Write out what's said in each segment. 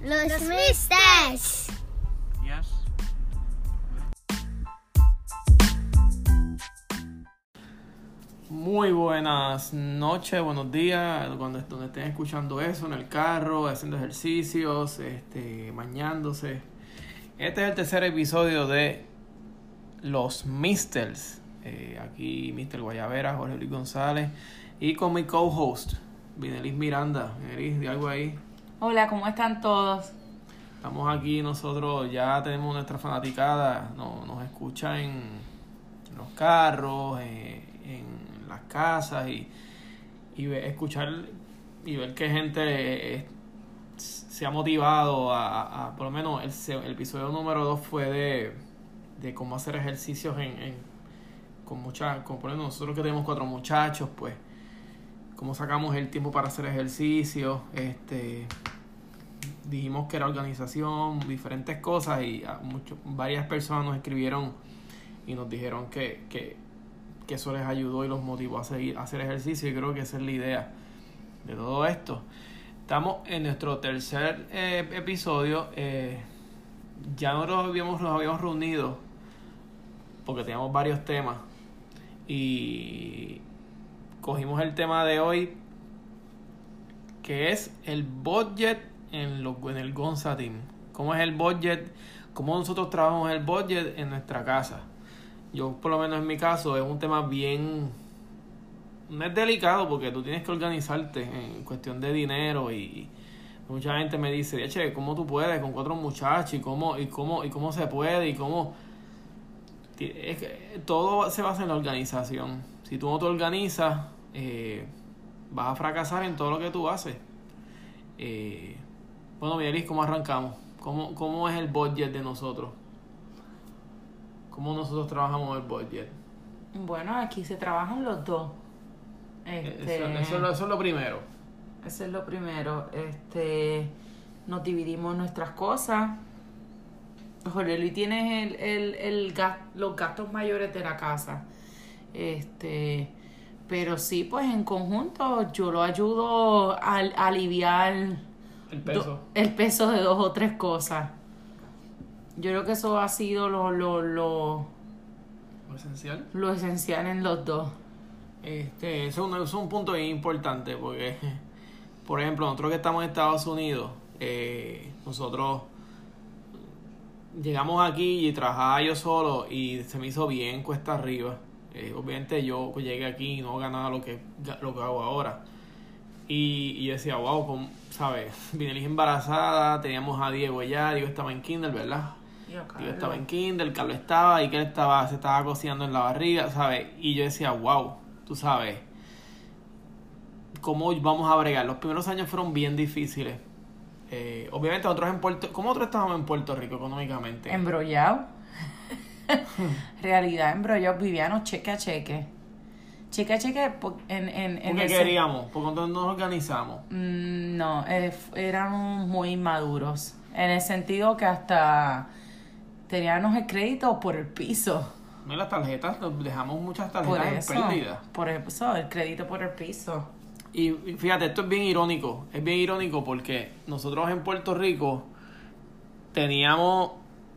Los Misters. Yes. Muy buenas noches, buenos días, donde estén escuchando eso, en el carro, haciendo ejercicios, bañándose. Este es el tercer episodio de Los Misters. Aquí Mr. Guayabera, Jorge Luis González, y con mi co-host, Vinelis Miranda. Vinelis, ¿de algo ahí? Hola, ¿cómo están todos? Estamos aquí, nosotros ya tenemos nuestra fanaticada, nos escucha en los carros, en las casas y escuchar y ver que gente se ha motivado a por lo menos el episodio número 2 fue de cómo hacer ejercicios como por ejemplo nosotros que tenemos 4 muchachos, pues cómo sacamos el tiempo para hacer ejercicio. Dijimos que era organización, diferentes cosas, y varias personas nos escribieron y nos dijeron que eso les ayudó y los motivó a hacer ejercicio, y creo que esa es la idea de todo esto. Estamos en nuestro tercer episodio. Ya nos habíamos reunido porque teníamos varios temas y cogimos el tema de hoy, que es el budget en el Gonza Team. ¿Cómo es el budget? ¿Cómo nosotros trabajamos el budget en nuestra casa? Yo, por lo menos en mi caso, es un tema bien... No es delicado porque tú tienes que organizarte en cuestión de dinero, y mucha gente me dice, che, ¿cómo tú puedes con 4 muchachos? ¿Y cómo se puede? ¿Y cómo...? Es que todo se basa en la organización. Si tú no te organizas, vas a fracasar en todo lo que tú haces. Bueno, Miguelis, ¿cómo arrancamos? ¿Cómo es el budget de nosotros? ¿Cómo nosotros trabajamos el budget? Bueno, aquí se trabajan los dos. Eso es lo primero. Eso es lo primero. Nos dividimos nuestras cosas. Jorge Luis tiene los gastos mayores de la casa. Pero sí, pues en conjunto yo lo ayudo a aliviar el peso de 2 o 3 cosas. Yo creo que eso ha sido lo esencial. Lo esencial en los dos. Eso es un punto bien importante porque, por ejemplo, nosotros que estamos en Estados Unidos, nosotros llegamos aquí y trabajaba yo solo y se me hizo bien cuesta arriba. Obviamente yo llegué aquí y no ganaba lo que hago ahora. Y yo decía, wow, ¿sabes? Vinelis embarazada, teníamos a Diego ya, Diego estaba en kinder, ¿verdad? Diego estaba en kinder, Carlos estaba, y que él se estaba cocinando en la barriga, ¿sabes? Y yo decía, wow, tú sabes, ¿cómo vamos a bregar? Los primeros años fueron bien difíciles. Obviamente ¿cómo nosotros estábamos en Puerto Rico económicamente? Embrollado. Realidad, embrollado, vivíamos cheque a cheque. Cheque a cheque ¿Por qué queríamos? ¿Por qué nos organizamos? No, éramos muy inmaduros. En el sentido que hasta teníamos el crédito por el piso. No, y las tarjetas, dejamos muchas tarjetas en pérdida. Por eso, el crédito por el piso. Y fíjate, esto es bien irónico. Es bien irónico porque nosotros en Puerto Rico teníamos...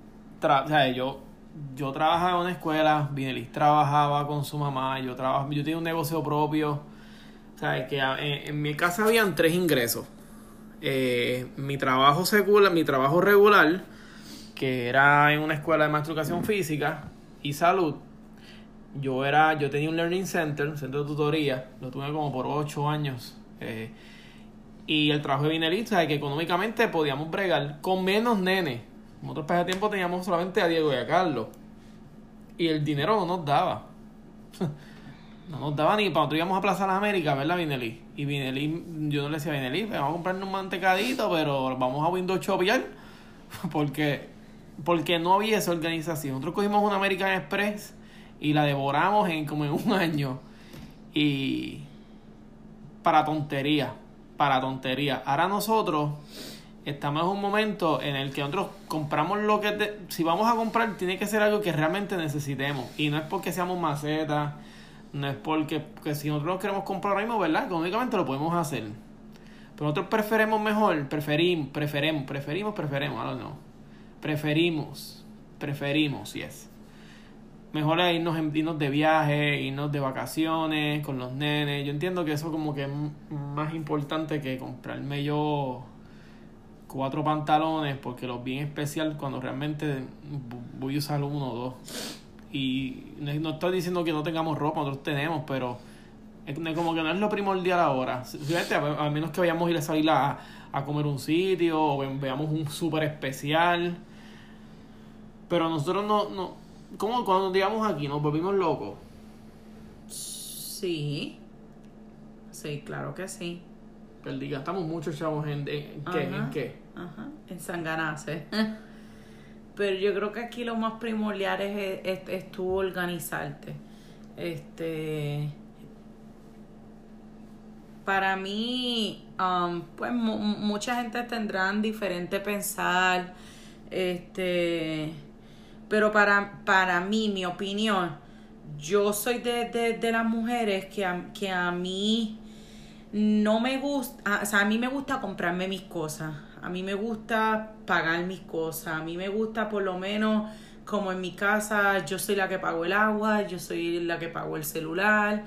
Yo trabajaba en una escuela, Vinelis trabajaba con su mamá, yo tenía un negocio propio. O sea, que en mi casa habían 3 ingresos. Mi trabajo regular, que era en una escuela de maestra de educación física y salud. Yo tenía un learning center, un centro de tutoría, lo tuve como por 8 años. Y el trabajo de Vinelis, que económicamente podíamos bregar con menos nenes. Nosotros para ese tiempo teníamos solamente a Diego y a Carlos. Y el dinero no nos daba. No nos daba ni para nosotros íbamos a Plaza Las Américas, ¿verdad, Vinelis? Y Vinelis, yo no le decía a Vinelis, vamos a comprarnos un mantecadito, pero vamos a Windows Shopear. Porque no había esa organización. Nosotros cogimos una American Express y la devoramos como en un año. Y para tontería. Ahora nosotros estamos en un momento en el que nosotros compramos si vamos a comprar, tiene que ser algo que realmente necesitemos. Y no es porque seamos macetas, no es porque si nosotros queremos comprar ahora mismo, ¿verdad? Económicamente lo podemos hacer. Pero nosotros preferimos, yes. Mejor es irnos de viaje, irnos de vacaciones con los nenes. Yo entiendo que eso como que es más importante que comprarme yo 4 pantalones, porque los vi en especial cuando realmente voy a usar 1 o 2. Y no estoy diciendo que no tengamos ropa, nosotros tenemos, pero como que no es lo primordial ahora. Fíjate, a menos que vayamos a ir a salir a comer un sitio o veamos un súper especial. Pero nosotros no ¿cómo cuando llegamos aquí nos volvimos locos? Sí, claro que sí. Perdí, gastamos muchos chavos ¿en qué? ¿En qué? Ajá, en sanganarse. Pero yo creo que aquí lo más primordial es tú organizarte. Para mí, pues mucha gente tendrán diferente pensar, pero para mí, mi opinión, yo soy de las mujeres que a mí no me gusta, o sea, a mí me gusta comprarme mis cosas, a mí me gusta pagar mis cosas, a mí me gusta por lo menos, como en mi casa, yo soy la que pago el agua, yo soy la que pago el celular,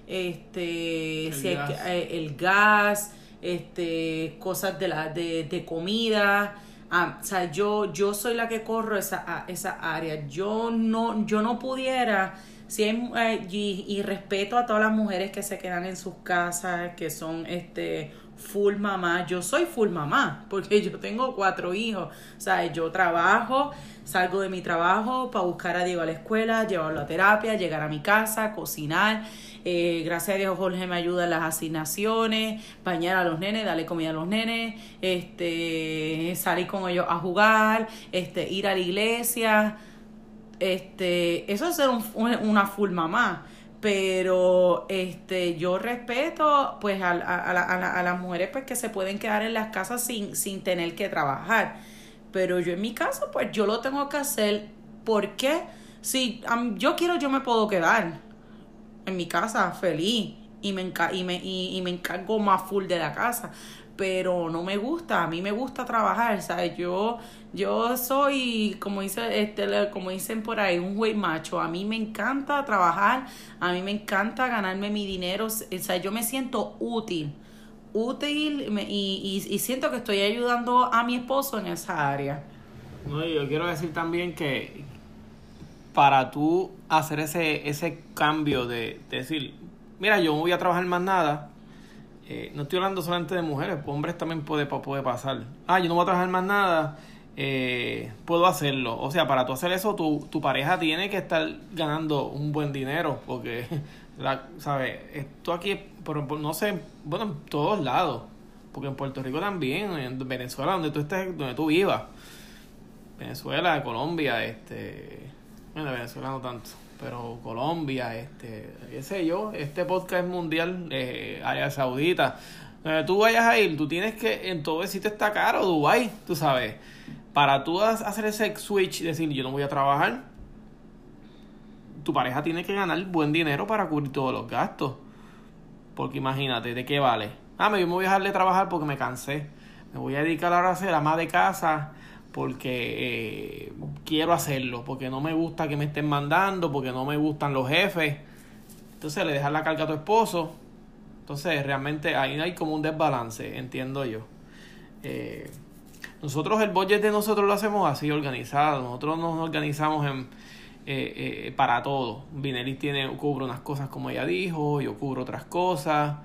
el gas, cosas de comida. O sea, yo soy la que corro esa área. Yo no pudiera, si hay, y respeto a todas las mujeres que se quedan en sus casas, que son full mamá. Yo soy full mamá porque yo tengo 4 hijos. O sea, yo trabajo, salgo de mi trabajo para buscar a Diego a la escuela, llevarlo a terapia, llegar a mi casa, cocinar. Gracias a Dios Jorge me ayuda en las asignaciones, bañar a los nenes, darle comida a los nenes, salir con ellos a jugar, ir a la iglesia, eso es ser una full mamá. Pero yo respeto pues a las mujeres pues que se pueden quedar en las casas sin tener que trabajar. Pero yo en mi caso pues yo lo tengo que hacer porque si yo quiero, yo me puedo quedar en mi casa feliz y me encargo más full de la casa, pero no me gusta, a mí me gusta trabajar, ¿sabes? Yo soy, como dicen por ahí, un güey macho. A mí me encanta trabajar, a mí me encanta ganarme mi dinero, o sea, yo me siento útil y siento que estoy ayudando a mi esposo en esa área. No, yo quiero decir también que para tú hacer ese cambio de decir, mira, yo no voy a trabajar más nada, no estoy hablando solamente de mujeres, hombres también puede pasar. Yo no voy a trabajar más nada, puedo hacerlo. O sea, para tú hacer eso, tu pareja tiene que estar ganando un buen dinero, porque, ¿sabes? Esto aquí, no sé, bueno, en todos lados, porque en Puerto Rico también, en Venezuela, donde tú estés, donde tú vivas, Venezuela, Colombia, bueno, Venezuela no tanto, pero Colombia, qué sé yo, este podcast es mundial, Arabia Saudita, donde tú vayas a ir, tú tienes que, en todo el sitio está caro, Dubái, tú sabes, para tú hacer ese switch, decir, yo no voy a trabajar, tu pareja tiene que ganar buen dinero para cubrir todos los gastos, porque imagínate, ¿de qué vale? Yo me voy a dejar de trabajar porque me cansé, me voy a dedicar ahora a ser ama de casa, porque quiero hacerlo, porque no me gusta que me estén mandando, porque no me gustan los jefes. Entonces le dejas la carga a tu esposo. Entonces realmente ahí hay como un desbalance, entiendo yo. Nosotros el budget de nosotros lo hacemos así organizado. Nosotros nos organizamos para todo. Vinelis cubre unas cosas como ella dijo, yo cubro otras cosas.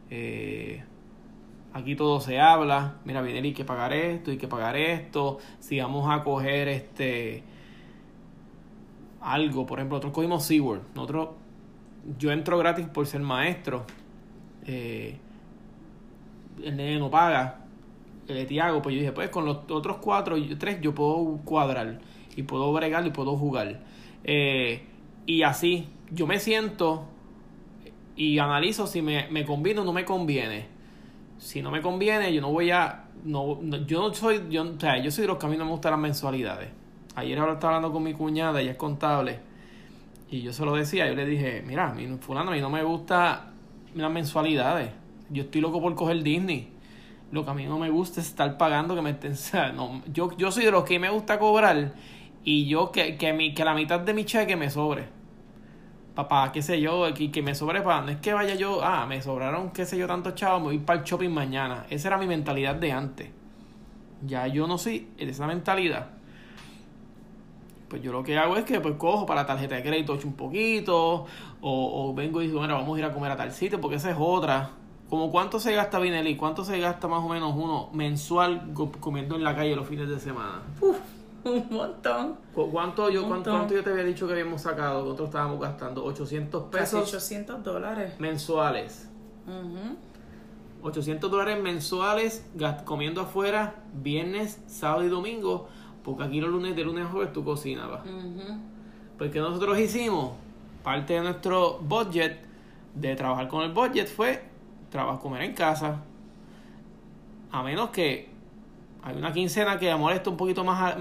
Aquí todo se habla. Mira, Vinelis, hay que pagar esto, hay que pagar esto. Si vamos a coger algo, por ejemplo, nosotros cogimos SeaWorld. Yo entro gratis por ser maestro. El nene no paga. El de Tiago, pues yo dije, pues con los otros 3 yo puedo cuadrar. Y puedo bregar y puedo jugar. Y así, yo me siento y analizo si me conviene o no me conviene. Si no me conviene, yo no voy a... yo soy de los que a mí no me gustan las mensualidades. Ayer ahora estaba hablando con mi cuñada, ella es contable, y yo se lo decía, yo le dije, mira, fulano, a mí no me gustan las mensualidades. Yo estoy loco por coger Disney. Lo que a mí no me gusta es estar pagando que me estén... O sea, no, yo soy de los que me gusta cobrar y yo que la mitad de mi cheque me sobre. Papá, qué sé yo, que me sobre para... No es que vaya yo... me sobraron, qué sé yo, tantos chavos, me voy para el shopping mañana. Esa era mi mentalidad de antes. Ya yo no soy de esa mentalidad. Pues yo lo que hago es que pues cojo para la tarjeta de crédito, echo un poquito, o vengo y digo, mira, vamos a ir a comer a tal sitio, porque esa es otra. Como cuánto se gasta Vinelí, cuánto se gasta más o menos uno mensual comiendo en la calle los fines de semana. Un montón. ¿Cuánto yo te había dicho que habíamos sacado? Nosotros estábamos gastando $800 Casi $800 mensuales. $800 mensuales comiendo afuera viernes, sábado y domingo, porque aquí de lunes a jueves tú cocinabas. Pues que nosotros hicimos, parte de nuestro budget de trabajar con el budget fue comer en casa, a menos que hay una quincena que molesta un poquito más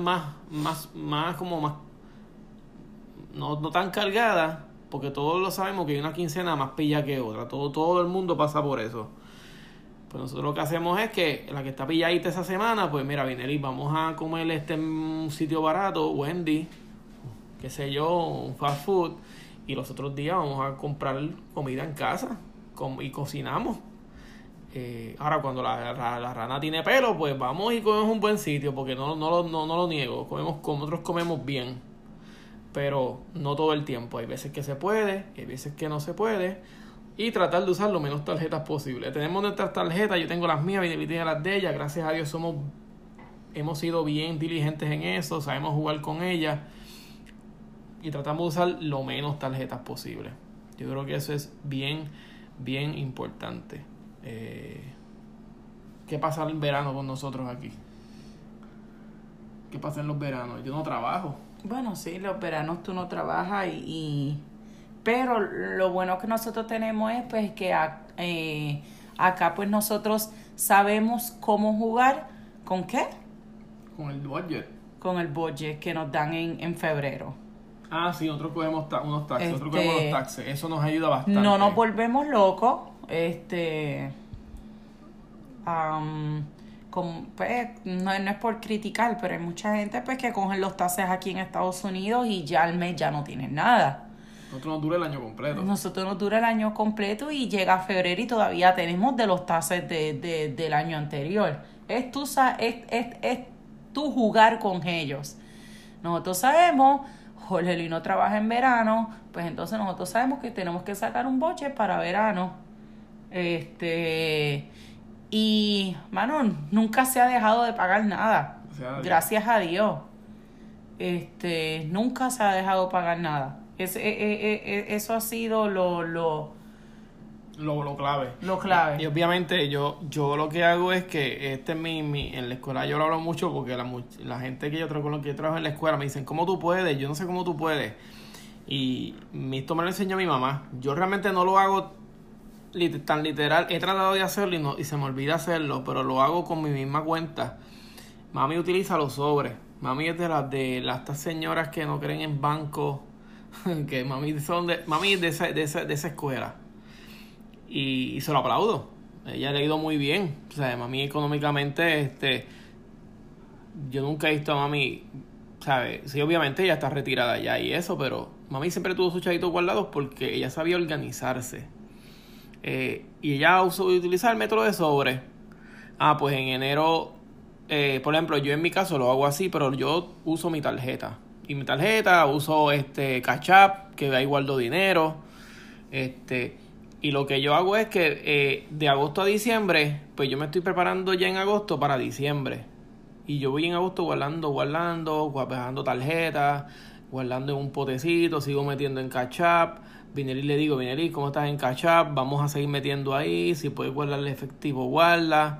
no tan cargada, porque todos lo sabemos que hay una quincena más pilla que otra, todo el mundo pasa por eso. Pues nosotros lo que hacemos es que la que está pilladita esa semana, pues mira, Vinelí, vamos a comer en un sitio barato, Wendy, qué sé yo, un fast food, y los otros días vamos a comprar comida en casa y cocinamos. Ahora cuando la rana tiene pelo, pues vamos y comemos un buen sitio, porque no lo niego, nosotros comemos bien, pero no todo el tiempo. Hay veces que se puede, hay veces que no se puede, y tratar de usar lo menos tarjetas posible. Tenemos nuestras tarjetas, yo tengo las mías, Vinelí tiene las de ella, gracias a Dios hemos sido bien diligentes en eso, sabemos jugar con ellas y tratamos de usar lo menos tarjetas posible. Yo creo que eso es bien importante. ¿Qué pasa en el verano con nosotros aquí? ¿Qué pasa en los veranos? Yo no trabajo. Bueno, sí, los veranos tú no trabajas pero lo bueno que nosotros tenemos es pues que acá pues nosotros sabemos cómo jugar. ¿Con qué? Con el budget. Con el budget que nos dan en febrero. Sí, nosotros cogemos unos taxes, nosotros cogemos los taxes. Eso nos ayuda bastante. No nos volvemos locos. Pues, no es por criticar, pero hay mucha gente pues que cogen los taxes aquí en Estados Unidos y ya al mes ya no tienen nada. Nosotros nos dura el año completo. Nosotros nos dura el año completo y llega febrero y todavía tenemos de los taxes del año anterior. Es tú jugar con ellos. Nosotros sabemos, Jorge Luis no trabaja en verano, pues entonces nosotros sabemos que tenemos que sacar un budget para verano. Y, mano, nunca se ha dejado de pagar nada. Gracias a Dios. Nunca se ha dejado de pagar nada. Eso ha sido lo clave. Lo clave. Y obviamente yo lo que hago es que en la escuela yo lo hablo mucho porque la gente con la que yo trabajo en la escuela me dicen, ¿cómo tú puedes? Yo no sé cómo tú puedes. Y esto me lo enseñó mi mamá. Yo realmente no lo hago tan literal. He tratado de hacerlo y se me olvida hacerlo, pero lo hago con mi misma cuenta. Mami utiliza los sobres. Mami es de estas señoras que no creen en bancos, que mami es de esa escuela. Y se lo aplaudo. Ella le ha ido muy bien. O sea, mami económicamente, yo nunca he visto a mami, ¿sabes? Sí, obviamente ella está retirada ya y eso, pero mami siempre tuvo sus chavitos guardados porque ella sabía organizarse. Y ella utiliza el método de sobre. Pues en enero, por ejemplo, yo en mi caso lo hago así, pero yo uso mi tarjeta. Y mi tarjeta uso Cash App, que ahí guardo dinero. Y lo que yo hago es que de agosto a diciembre, pues yo me estoy preparando ya en agosto para diciembre. Y yo voy en agosto guardando tarjetas, guardando en un potecito, sigo metiendo en Cash App. Vinelí le digo, Vinelí, ¿cómo estás en Cash App? Vamos a seguir metiendo ahí. Si puedes guardar el efectivo, guarda.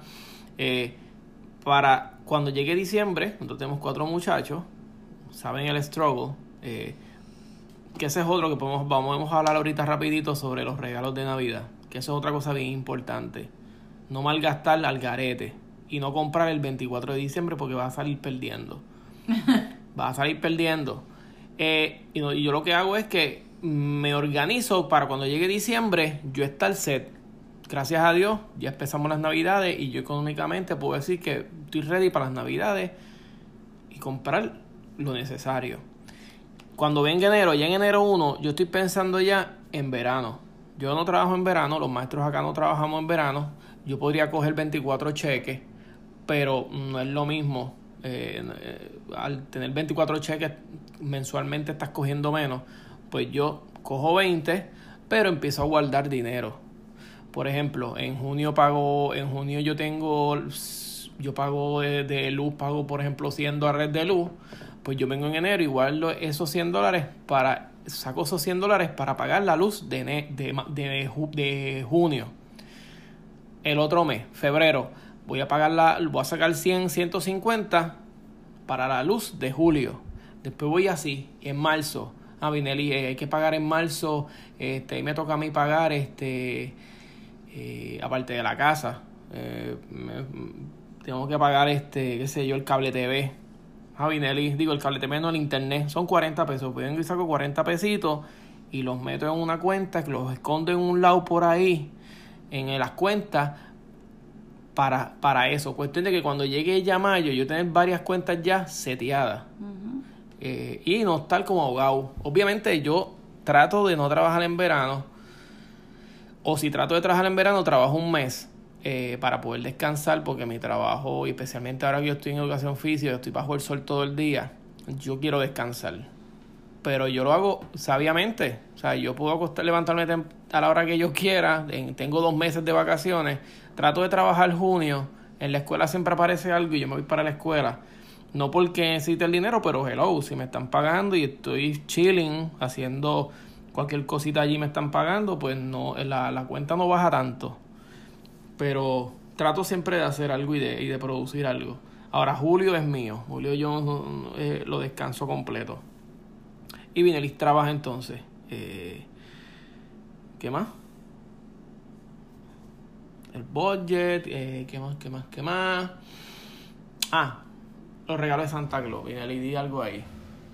Para cuando llegue diciembre, nosotros tenemos 4 muchachos, saben el struggle. Que ese es otro que vamos a hablar ahorita rapidito sobre los regalos de Navidad. Que eso es otra cosa bien importante. No malgastar al garete. Y no comprar el 24 de diciembre porque vas a salir perdiendo. Vas a salir perdiendo. Y yo lo que hago es que me organizo para cuando llegue diciembre yo estar set. gracias a Dios, ya empezamos las navidades y yo económicamente puedo decir que estoy ready para las navidades y comprar lo necesario. Cuando venga enero, ya en enero 1, yo estoy pensando ya en verano. Yo no trabajo en verano, los maestros acá no trabajamos en verano. Yo podría coger 24 cheques, pero no es lo mismo. Al tener 24 cheques mensualmente estás cogiendo menos. Pues yo cojo 20, pero empiezo a guardar dinero. Por ejemplo, en junio yo pago de luz, pago por ejemplo $100 de luz. Pues yo vengo en enero y guardo esos $100 saco esos $100 para pagar la luz de junio. El otro mes, febrero, voy a sacar 150 para la luz de julio. Después voy así, en marzo. Vinelli, hay que pagar en marzo. Ahí me toca a mí pagar aparte de la casa. Tengo que pagar qué sé yo, el cable TV. Vinelli, el cable TV no, el internet. Son 40 pesos. Pues vengo y saco 40 pesitos y los meto en una cuenta, que los escondo en un lado por ahí, en las cuentas, para eso. Cuestión de que cuando llegue ya mayo, yo tener varias cuentas ya seteadas. Uh-huh. Y no estar como ahogado. Obviamente yo trato de no trabajar en verano. O si trato de trabajar en verano, trabajo un mes para poder descansar, porque mi trabajo, y especialmente ahora que yo estoy en educación física, estoy bajo el sol todo el día, yo quiero descansar. Pero yo lo hago sabiamente. O sea, yo puedo levantarme a la hora que yo quiera. Tengo 2 meses de vacaciones. Trato de trabajar junio. En la escuela siempre aparece algo y yo me voy para la escuela. No porque necesite el dinero, pero hello, si me están pagando y estoy chilling, haciendo cualquier cosita allí me están pagando, pues no, la cuenta no baja tanto. Pero trato siempre de hacer algo y de producir algo. Ahora, julio es mío. Julio yo lo descanso completo. Y Vinelis trabaja entonces. ¿Qué más? El budget. ¿Qué más? Los regalos de Santa Claus. Vinelis, di algo ahí.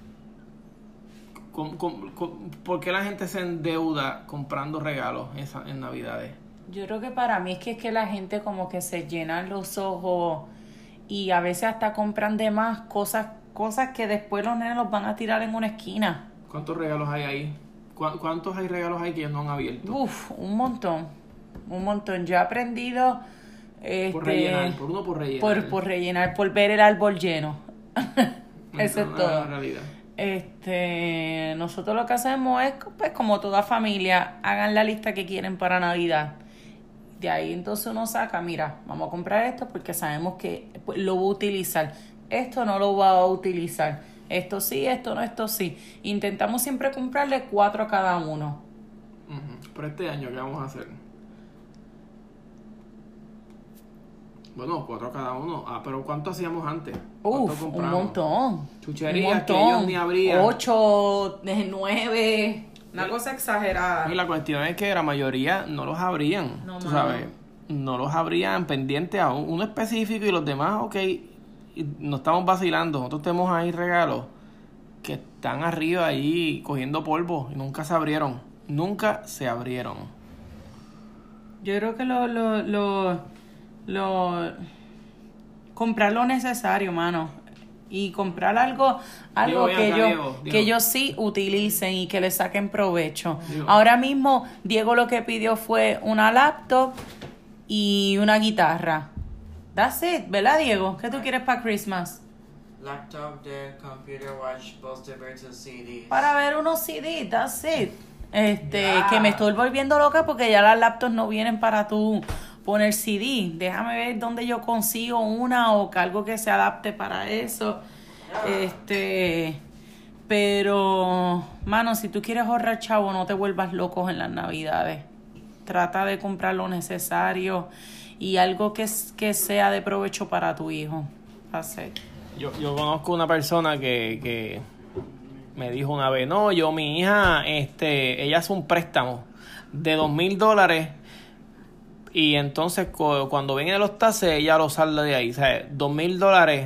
¿Por qué la gente se endeuda comprando regalos en Navidades? Yo creo que para mí es que la gente como que se llenan los ojos y a veces hasta compran de más cosas que después los nenes los van a tirar en una esquina. ¿Cuántos regalos hay ahí? ¿Cuántos hay regalos ahí que ellos no han abierto? Un montón. Yo he aprendido... por rellenar. Por rellenar, por ver el árbol lleno. Eso es todo. En realidad. Nosotros lo que hacemos es, pues, como toda familia, hagan la lista que quieren para Navidad. De ahí entonces uno saca, mira, vamos a comprar esto porque sabemos que pues, lo va a utilizar. Esto no lo va a utilizar. Esto sí, esto no, esto sí. Intentamos siempre comprarle 4 a cada uno. Por este año, ¿qué vamos a hacer? Bueno, 4 a cada uno. Pero ¿cuánto hacíamos antes? Un montón. Chucherías que ellos ni abrían. 8, 9... Una cosa exagerada. Y la cuestión es que la mayoría no los abrían. Tú sabes, no los abrían pendientes a uno específico y los demás, ok, no estamos vacilando. Nosotros tenemos ahí regalos que están arriba ahí cogiendo polvo y nunca se abrieron. Yo creo que comprar lo necesario, mano. Y comprar algo que ellos sí utilicen y que le saquen provecho. Diego. Ahora mismo, Diego lo que pidió fue una laptop y una guitarra. That's it, ¿verdad, Diego? ¿Qué tú quieres para Christmas? Laptop, de computer, watch, poster, versus CDs. Para ver unos CDs, that's it. Que me estoy volviendo loca porque ya las laptops no vienen para tú poner CD. Déjame ver dónde yo consigo una o algo que se adapte para eso. Pero, mano, si tú quieres ahorrar chavo, no te vuelvas locos en las Navidades. Trata de comprar lo necesario y algo que sea de provecho para tu hijo. Así. Yo conozco una persona que me dijo una vez, mi hija, ella hace un préstamo de $2,000 y entonces cuando vengan los taxes ella lo salda de ahí. O sea, $2,000,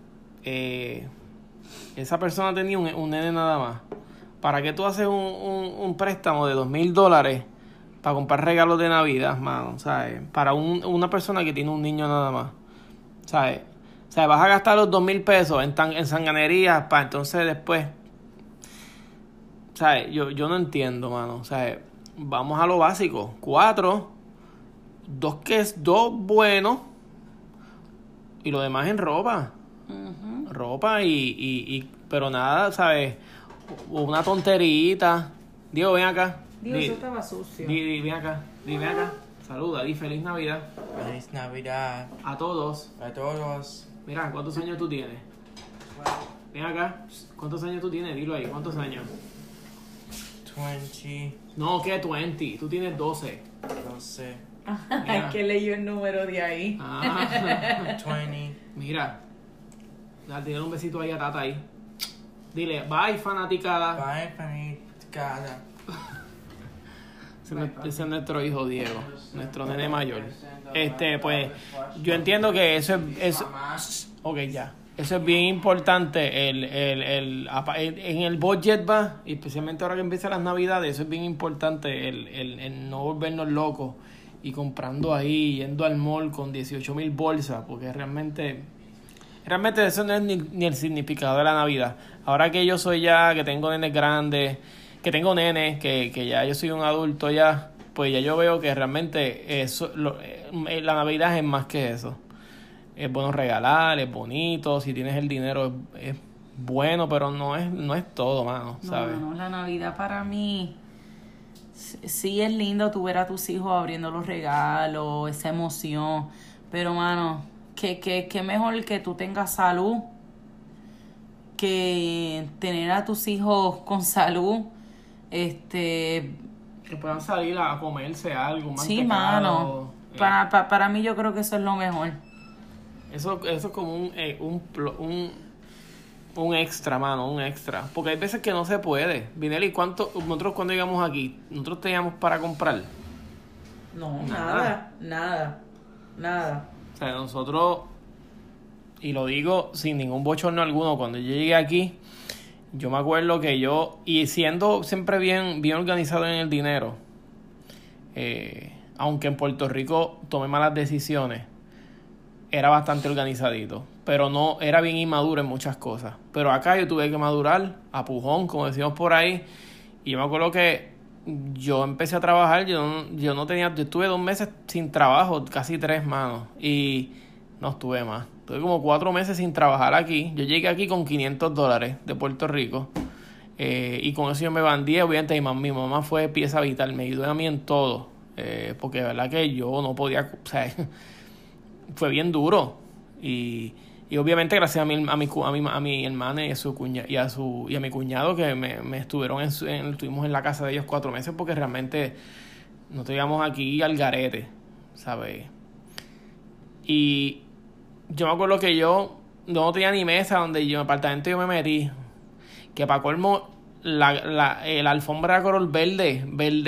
esa persona tenía un nene nada más. ¿Para qué tú haces un préstamo de $2,000 para comprar regalos de Navidad, mano, ¿sabes? Para una persona que tiene un niño nada más, ¿sabes? O sea, vas a gastar los 2,000 pesos en sanganerías para entonces después, ¿sabes? Yo no entiendo, mano, ¿sabes? Vamos a lo básico, 4, 2 buenos y lo demás en ropa. Ropa pero nada, ¿sabes? Una tonterita. Diego, ven acá. Dios, eso estaba sucio. Ven acá. Saluda, di feliz Navidad. Feliz Navidad A todos. a todos. Mira, ¿cuántos años tú tienes? Ven acá. ¿Cuántos años tú tienes? Dilo ahí, ¿cuántos años? 20, No, ¿qué 20? Tú tienes 12. no sé, Ay, que leyó el número de ahí. 20. Mira. Dile un besito ahí a Tata ahí. Dile, bye, fanaticada. Bye, fanaticada. Ese es nuestro hijo Diego, nuestro nene mayor. Pues, yo entiendo que eso es ok, ya. Eso es bien importante, en el budget va, y especialmente ahora que empiezan las Navidades, eso es bien importante, el no volvernos locos y comprando ahí, yendo al mall con 18,000 bolsas, porque realmente eso no es ni el significado de la Navidad. Ahora que yo soy ya, que tengo nenes grandes, que tengo nenes, que ya yo soy un adulto ya, pues ya yo veo que realmente la Navidad es más que eso. Es bueno regalar, es bonito, si tienes el dinero es bueno, pero no es todo, mano, ¿sabes? No, la Navidad para mí sí es lindo tu ver a tus hijos abriendo los regalos, esa emoción, pero mano, que mejor que tú tengas salud, que tener a tus hijos con salud, que puedan salir a comerse algo, sí, mano, para mí yo creo que eso es lo mejor. Eso es como un extra, mano, un extra. Porque hay veces que no se puede. Vinelli, nosotros cuando llegamos aquí, nosotros teníamos para comprar? No, nada. O sea, nosotros, y lo digo sin ningún bochorno alguno, cuando yo llegué aquí, yo me acuerdo que y siendo siempre bien organizado en el dinero, aunque en Puerto Rico tomé malas decisiones, era bastante organizadito, pero no era bien inmaduro en muchas cosas. Pero acá yo tuve que madurar a pujón, como decimos por ahí, y yo me acuerdo que yo empecé a trabajar, yo estuve 2 meses sin trabajo, casi 3, manos, y no estuve más. Estuve como 4 meses sin trabajar aquí. Yo llegué aquí con $500 de Puerto Rico, y con eso yo me bandié. Obviamente mi mamá fue pieza vital, me ayudó a mí en todo, porque de verdad que yo no podía, o sea, fue bien duro, y obviamente gracias a mi hermana y a su y a mi cuñado, que me estuvieron estuvimos en la casa de ellos 4 meses, porque realmente no teníamos aquí al garete, ¿sabes? Y yo me acuerdo que yo no tenía ni mesa donde en el apartamento yo me metí, que para colmo la alfombra de color verde,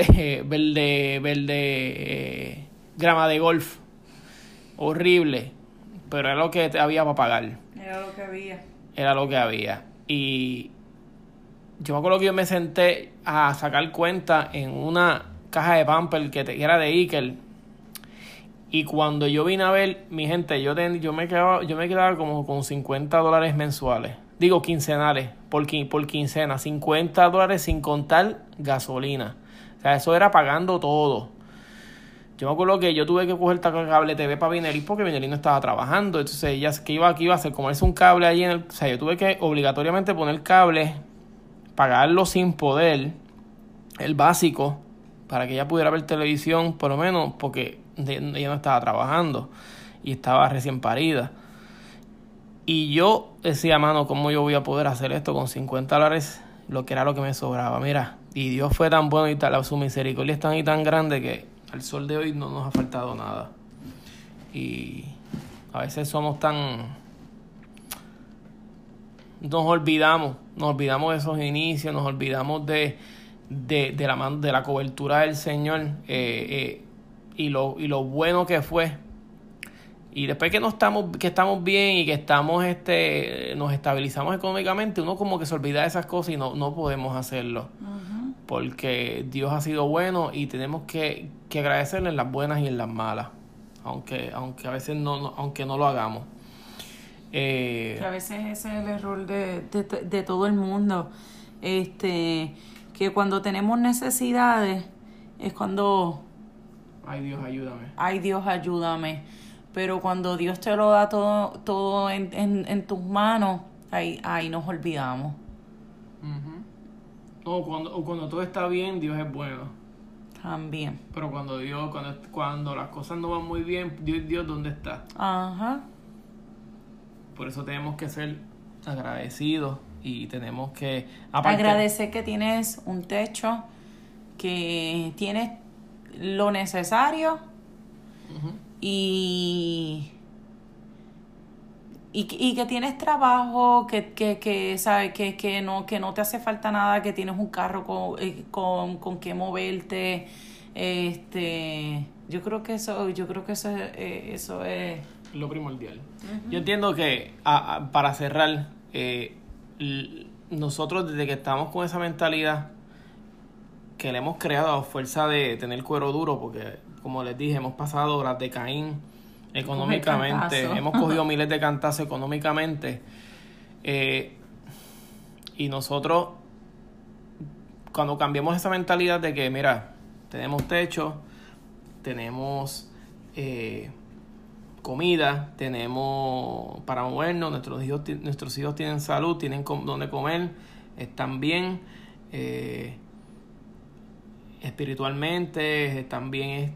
grama de golf, horrible, pero era lo que había para pagar. Era lo que había. Y yo me acuerdo que yo me senté a sacar cuenta en una caja de Pampers que era de Iker. Y cuando yo vine a ver, mi gente, yo me quedaba como con $50 mensuales. Digo, quincenales, por quincena. $50 sin contar gasolina. O sea, eso era pagando todo. Yo me acuerdo que yo tuve que coger cable TV para Vinelli, porque Vinelli no estaba trabajando. Entonces ella, ¿qué iba a hacer? Comerse un cable allí o sea, yo tuve que obligatoriamente poner cable, pagarlo sin poder, el básico, para que ella pudiera ver televisión, por lo menos, porque ella no estaba trabajando y estaba recién parida. Y yo decía, mano, ¿cómo yo voy a poder hacer esto con $50? Lo que era lo que me sobraba. Mira, y Dios fue tan bueno y su misericordia es tan y tan grande que al sol de hoy no nos ha faltado nada. Y a veces somos nos olvidamos de esos inicios, nos olvidamos de la cobertura del Señor, y lo bueno que fue. Y después que estamos bien y que nos estabilizamos económicamente, uno como que se olvida de esas cosas y no podemos hacerlo. porque Dios ha sido bueno y tenemos que agradecerle en las buenas y en las malas, aunque a veces aunque no lo hagamos. Que a veces ese es el error de todo el mundo, que cuando tenemos necesidades es cuando Ay, Dios, ayúdame. ay, Dios, ayúdame, pero cuando Dios te lo da todo en tus manos, ahí nos olvidamos. O cuando todo está bien, Dios es bueno. También. Pero cuando las cosas no van muy bien, Dios ¿dónde está? Ajá. Por eso tenemos que ser agradecidos y tenemos que agradecer que tienes un techo, que tienes lo necesario y que tienes trabajo, que sabes que no te hace falta nada, que tienes un carro con que moverte. Yo creo que eso es lo primordial. Yo entiendo que para cerrar, nosotros desde que estamos con esa mentalidad que le hemos creado a fuerza de tener cuero duro, porque como les dije, hemos pasado horas de Caín económicamente, hemos cogido miles de cantazos económicamente, y nosotros cuando cambiamos esa mentalidad de que mira, tenemos techo, tenemos comida, tenemos para movernos, nuestros hijos tienen salud, tienen donde comer, están bien, espiritualmente, están bien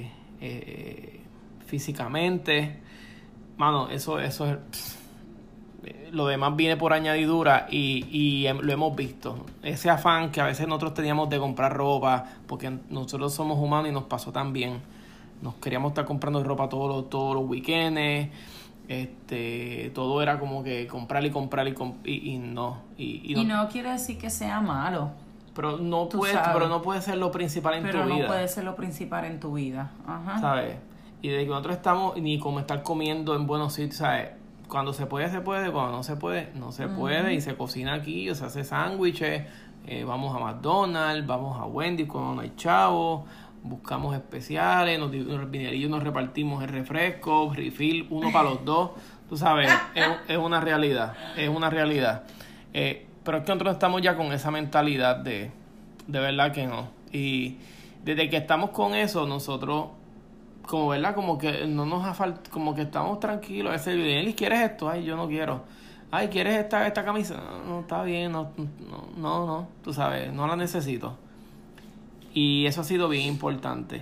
físicamente, mano, eso es lo demás viene por añadidura y lo hemos visto. Ese afán que a veces nosotros teníamos de comprar ropa, porque nosotros somos humanos y nos pasó también. Nos queríamos estar comprando ropa todos los weekends. Todo era como que comprar y no. Y no quiere decir que sea malo. Pero no puede ser lo principal en tu vida. Pero no puede ser lo principal en tu vida. Ajá. ¿Sabes? Y de que nosotros estamos, ni como estar comiendo en buenos sitios, ¿sabes? Cuando se puede, se puede. Cuando no se puede, no se puede. Y se cocina aquí, o se hace sándwiches. Vamos a McDonald's, vamos a Wendy's cuando no hay chavo. Buscamos especiales, los dinerillos nos repartimos el refresco, refill, uno para los dos. Tú sabes, es una realidad. Es una realidad. Pero es que nosotros estamos ya con esa mentalidad de verdad que no. Y desde que estamos con eso, nosotros, como verdad, como que no nos ha faltado, como que estamos tranquilos. Ese video, ¿quieres esto? Ay, yo no quiero. Ay, ¿quieres esta camisa? No, está bien, no, tú sabes, no la necesito. Y eso ha sido bien importante.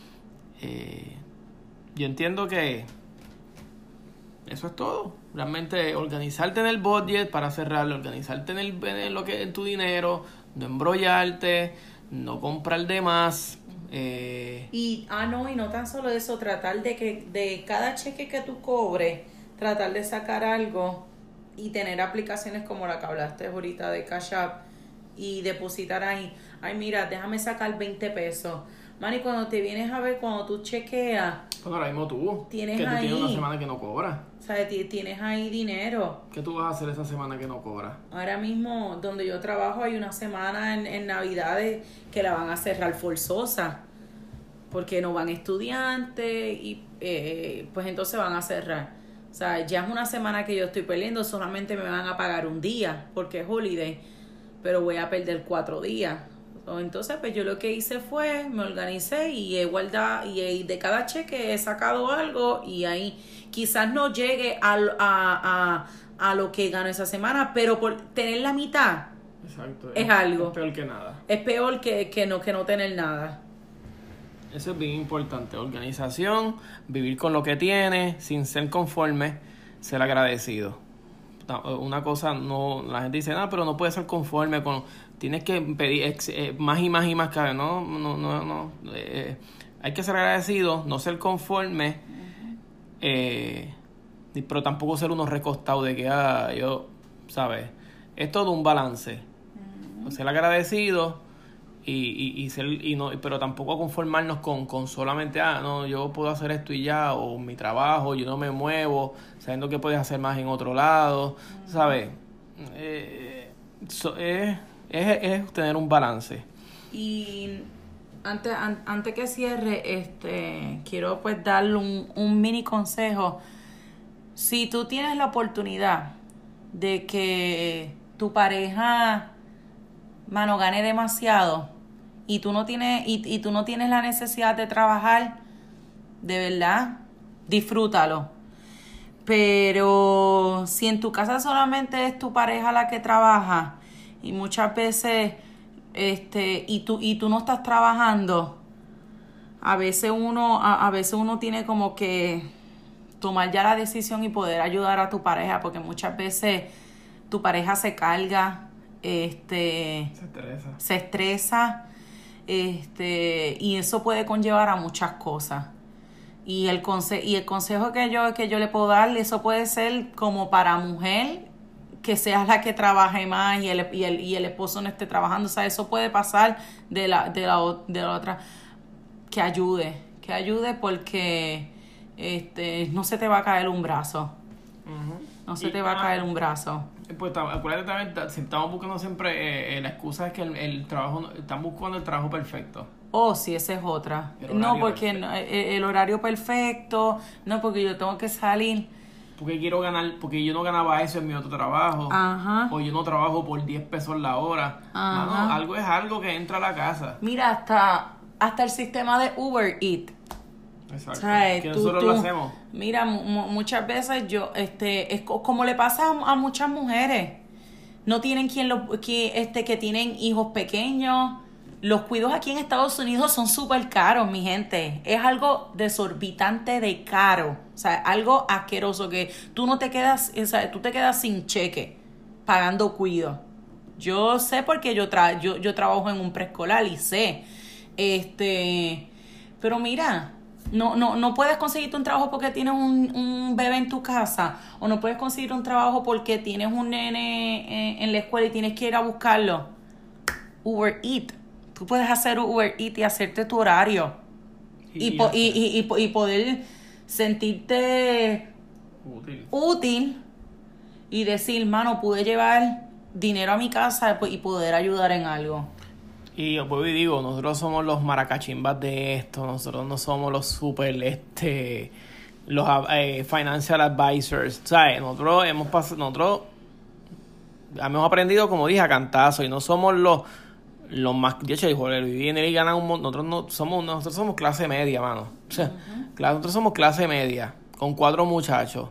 Yo entiendo que eso es todo. Realmente organizarte en el budget para cerrarlo, organizarte en tu dinero, no embrollarte, no comprar de más. Y no tan solo eso, tratar de que de cada cheque que tú cobres, tratar de sacar algo y tener aplicaciones como la que hablaste ahorita de Cash App y depositar ahí. Ay, mira, déjame sacar 20 pesos. Man, y cuando te vienes a ver, cuando tú chequeas... Bueno, ahora mismo tú tienes una semana que no cobras. O sea, tienes ahí dinero. ¿Qué tú vas a hacer esa semana que no cobras? Ahora mismo, donde yo trabajo, hay una semana en Navidades que la van a cerrar forzosa. Porque no van estudiantes y pues entonces van a cerrar. O sea, ya es una semana que yo estoy perdiendo. Solamente me van a pagar un día porque es holiday. Pero voy a perder 4 días. Entonces, pues yo lo que hice fue, me organicé y he guardado, y de cada cheque he sacado algo y ahí quizás no llegue a lo que gano esa semana, pero por tener la mitad. Exacto, es algo. Es peor que nada. Es peor que no tener nada. Eso es bien importante. Organización, vivir con lo que tienes, sin ser conforme, ser agradecido. Una cosa, no, la gente dice, pero no puedes ser conforme con, tienes que pedir más y más y más cada vez. No. Hay que ser agradecido, no ser conforme, pero tampoco ser uno recostado de que yo, ¿sabes? Es todo un balance. Ser agradecido pero tampoco conformarnos con solamente yo puedo hacer esto y ya, o mi trabajo, yo no me muevo, sabiendo que puedes hacer más en otro lado, ¿sabes? Es tener un balance. Y antes que cierre, quiero pues darle un mini consejo. Si tú tienes la oportunidad de que tu pareja, mano, gane demasiado y tú no tienes y tú no tienes la necesidad de trabajar, de verdad, disfrútalo. Pero si en tu casa solamente es tu pareja la que trabaja y muchas veces y tú no estás trabajando, a veces uno tiene como que tomar ya la decisión y poder ayudar a tu pareja, porque muchas veces tu pareja se carga, se estresa, y eso puede conllevar a muchas cosas. Y el consejo que yo le puedo darle, eso puede ser como para mujer, que sea la que trabaje más y el esposo no esté trabajando. O sea, eso puede pasar de la otra. Que ayude porque no se te va a caer un brazo. Uh-huh. No se te va a caer un brazo. Pues acuérdate también, si estamos buscando siempre, la excusa es que el trabajo, están buscando el trabajo perfecto. Oh, sí, esa es otra. No, porque el horario perfecto, no, porque yo tengo que salir. Porque quiero ganar, porque yo no ganaba eso en mi otro trabajo. Ajá. O yo no trabajo por 10 pesos la hora. Ajá. Mano, algo es algo que entra a la casa. Mira, hasta el sistema de Uber Eats. Exacto. O sea, que nosotros lo hacemos. Mira, muchas veces es como le pasa a muchas mujeres. No tienen que tienen hijos pequeños. Los cuidados aquí en Estados Unidos son súper caros, mi gente. Es algo desorbitante de caro. O sea, algo asqueroso que tú no te quedas, o sea, tú te quedas sin cheque pagando cuido. Yo sé porque yo trabajo en un preescolar y sé. Pero mira, no puedes conseguirte un trabajo porque tienes un bebé en tu casa, o no puedes conseguir un trabajo porque tienes un nene en la escuela y tienes que ir a buscarlo. Uber Eats. Tú puedes hacer Uber Eats y hacerte tu horario y poder sentirte útil y decir, mano, pude llevar dinero a mi casa y poder ayudar en algo. Y yo pues digo, nosotros somos los maracachimbas de esto, nosotros no somos los super, los financial advisors, ¿sabes? Nosotros hemos aprendido, como dije, a cantazo, y no somos los más, de hecho, Jorge Luis viene y gana un montón. Nosotros somos clase media, mano. O sea, nosotros somos clase media, con 4 muchachos.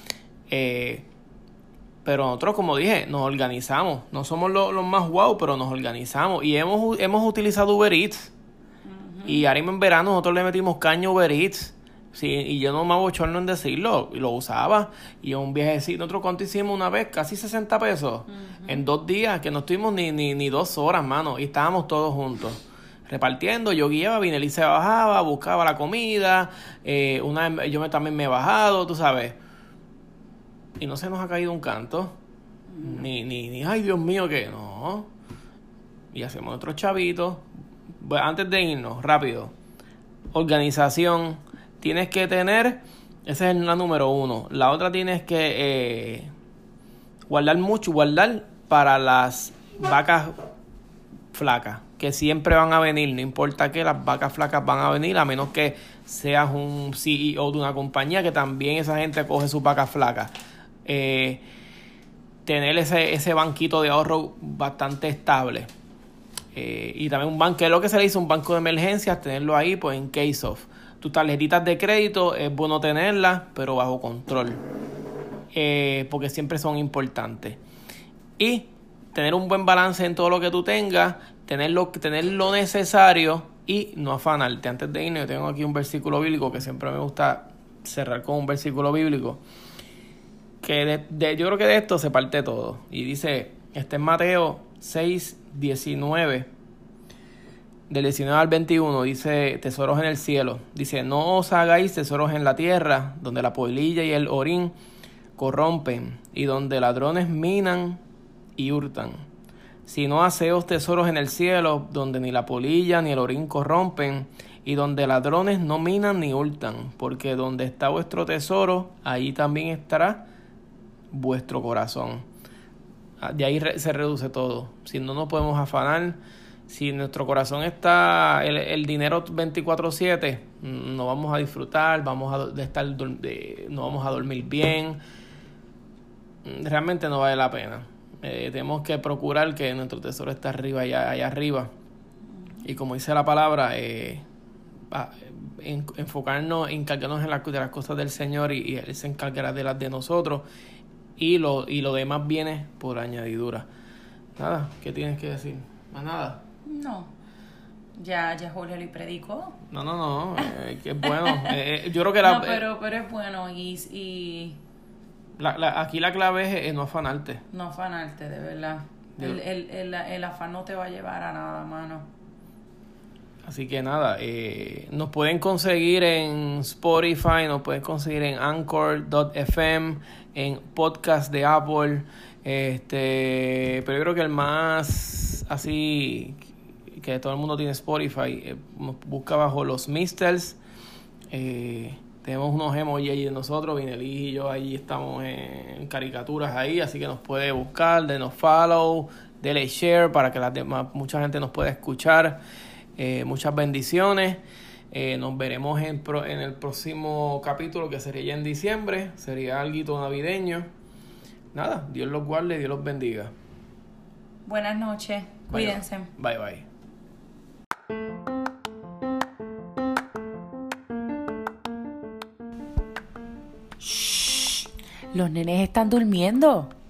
Pero nosotros, como dije, nos organizamos. No somos los más guau, pero nos organizamos. Y hemos utilizado Uber Eats. Y ahora mismo en verano nosotros le metimos caña a Uber Eats. Sí, y yo no me abochorno en decirlo. Y lo usaba. Y un viajecito, nosotros ¿cuánto hicimos una vez? Casi 60 pesos. En 2 días, que no estuvimos ni 2 horas, mano. Y estábamos todos juntos. Repartiendo, yo guiaba, Vinelí se bajaba, buscaba la comida. También me he bajado, tú sabes. Y no se nos ha caído un canto. Ni ay, Dios mío, que no. Y hacemos nuestros chavitos. Bueno, antes de irnos, rápido. Organización. Tienes que tener, esa es la número 1. La otra tienes que guardar para las vacas flacas, que siempre van a venir, no importa qué, las vacas flacas van a venir, a menos que seas un CEO de una compañía, que también esa gente coge sus vacas flacas. Tener ese banquito de ahorro bastante estable. Y también que es lo que se le dice un banco de emergencias, tenerlo ahí, pues en case of. Tus tarjetitas de crédito es bueno tenerlas, pero bajo control, porque siempre son importantes. Y tener un buen balance en todo lo que tú tengas, tener lo necesario y no afanarte. Antes de irme, yo tengo aquí un versículo bíblico que siempre me gusta cerrar con un versículo bíblico, que yo creo que de esto se parte todo. Y dice, en Mateo 6:19, del 19 al 21, dice, tesoros en el cielo. Dice, no os hagáis tesoros en la tierra, donde la polilla y el orín corrompen, y donde ladrones minan y hurtan. Sino haceos tesoros en el cielo, donde ni la polilla ni el orín corrompen, y donde ladrones no minan ni hurtan. Porque donde está vuestro tesoro, allí también estará vuestro corazón. De ahí se reduce todo. Si no nos podemos afanar, Si en nuestro corazón está el dinero 24/7, no vamos a disfrutar, no vamos a dormir bien. Realmente no vale la pena. Tenemos que procurar que nuestro tesoro esté allá arriba. Y como dice la palabra, enfocarnos, encargarnos de las cosas del Señor y Él se encargará de las de nosotros. Y lo demás viene por añadidura. Nada, ¿qué tienes que decir? ¿Más nada? No. Ya Julio le predicó. No, que es bueno. Yo creo que no, pero es bueno y aquí la clave es no afanarte. No afanarte, de verdad. El afán no te va a llevar a nada, mano. Así que nada, nos pueden conseguir en Spotify, nos pueden conseguir en Anchor.fm, en podcast de Apple, pero yo creo que el más así que todo el mundo tiene Spotify, nos busca bajo los Misters. Tenemos unos emojis ahí de nosotros, Vinelí y yo ahí estamos en caricaturas ahí, así que nos puede buscar, denos follow, dele share para que mucha gente nos pueda escuchar. Muchas bendiciones. Nos veremos en el próximo capítulo, que sería ya en diciembre. Sería algo navideño. Nada, Dios los guarde, Dios los bendiga. Buenas noches, cuídense. Bye. Shh, los nenes están durmiendo.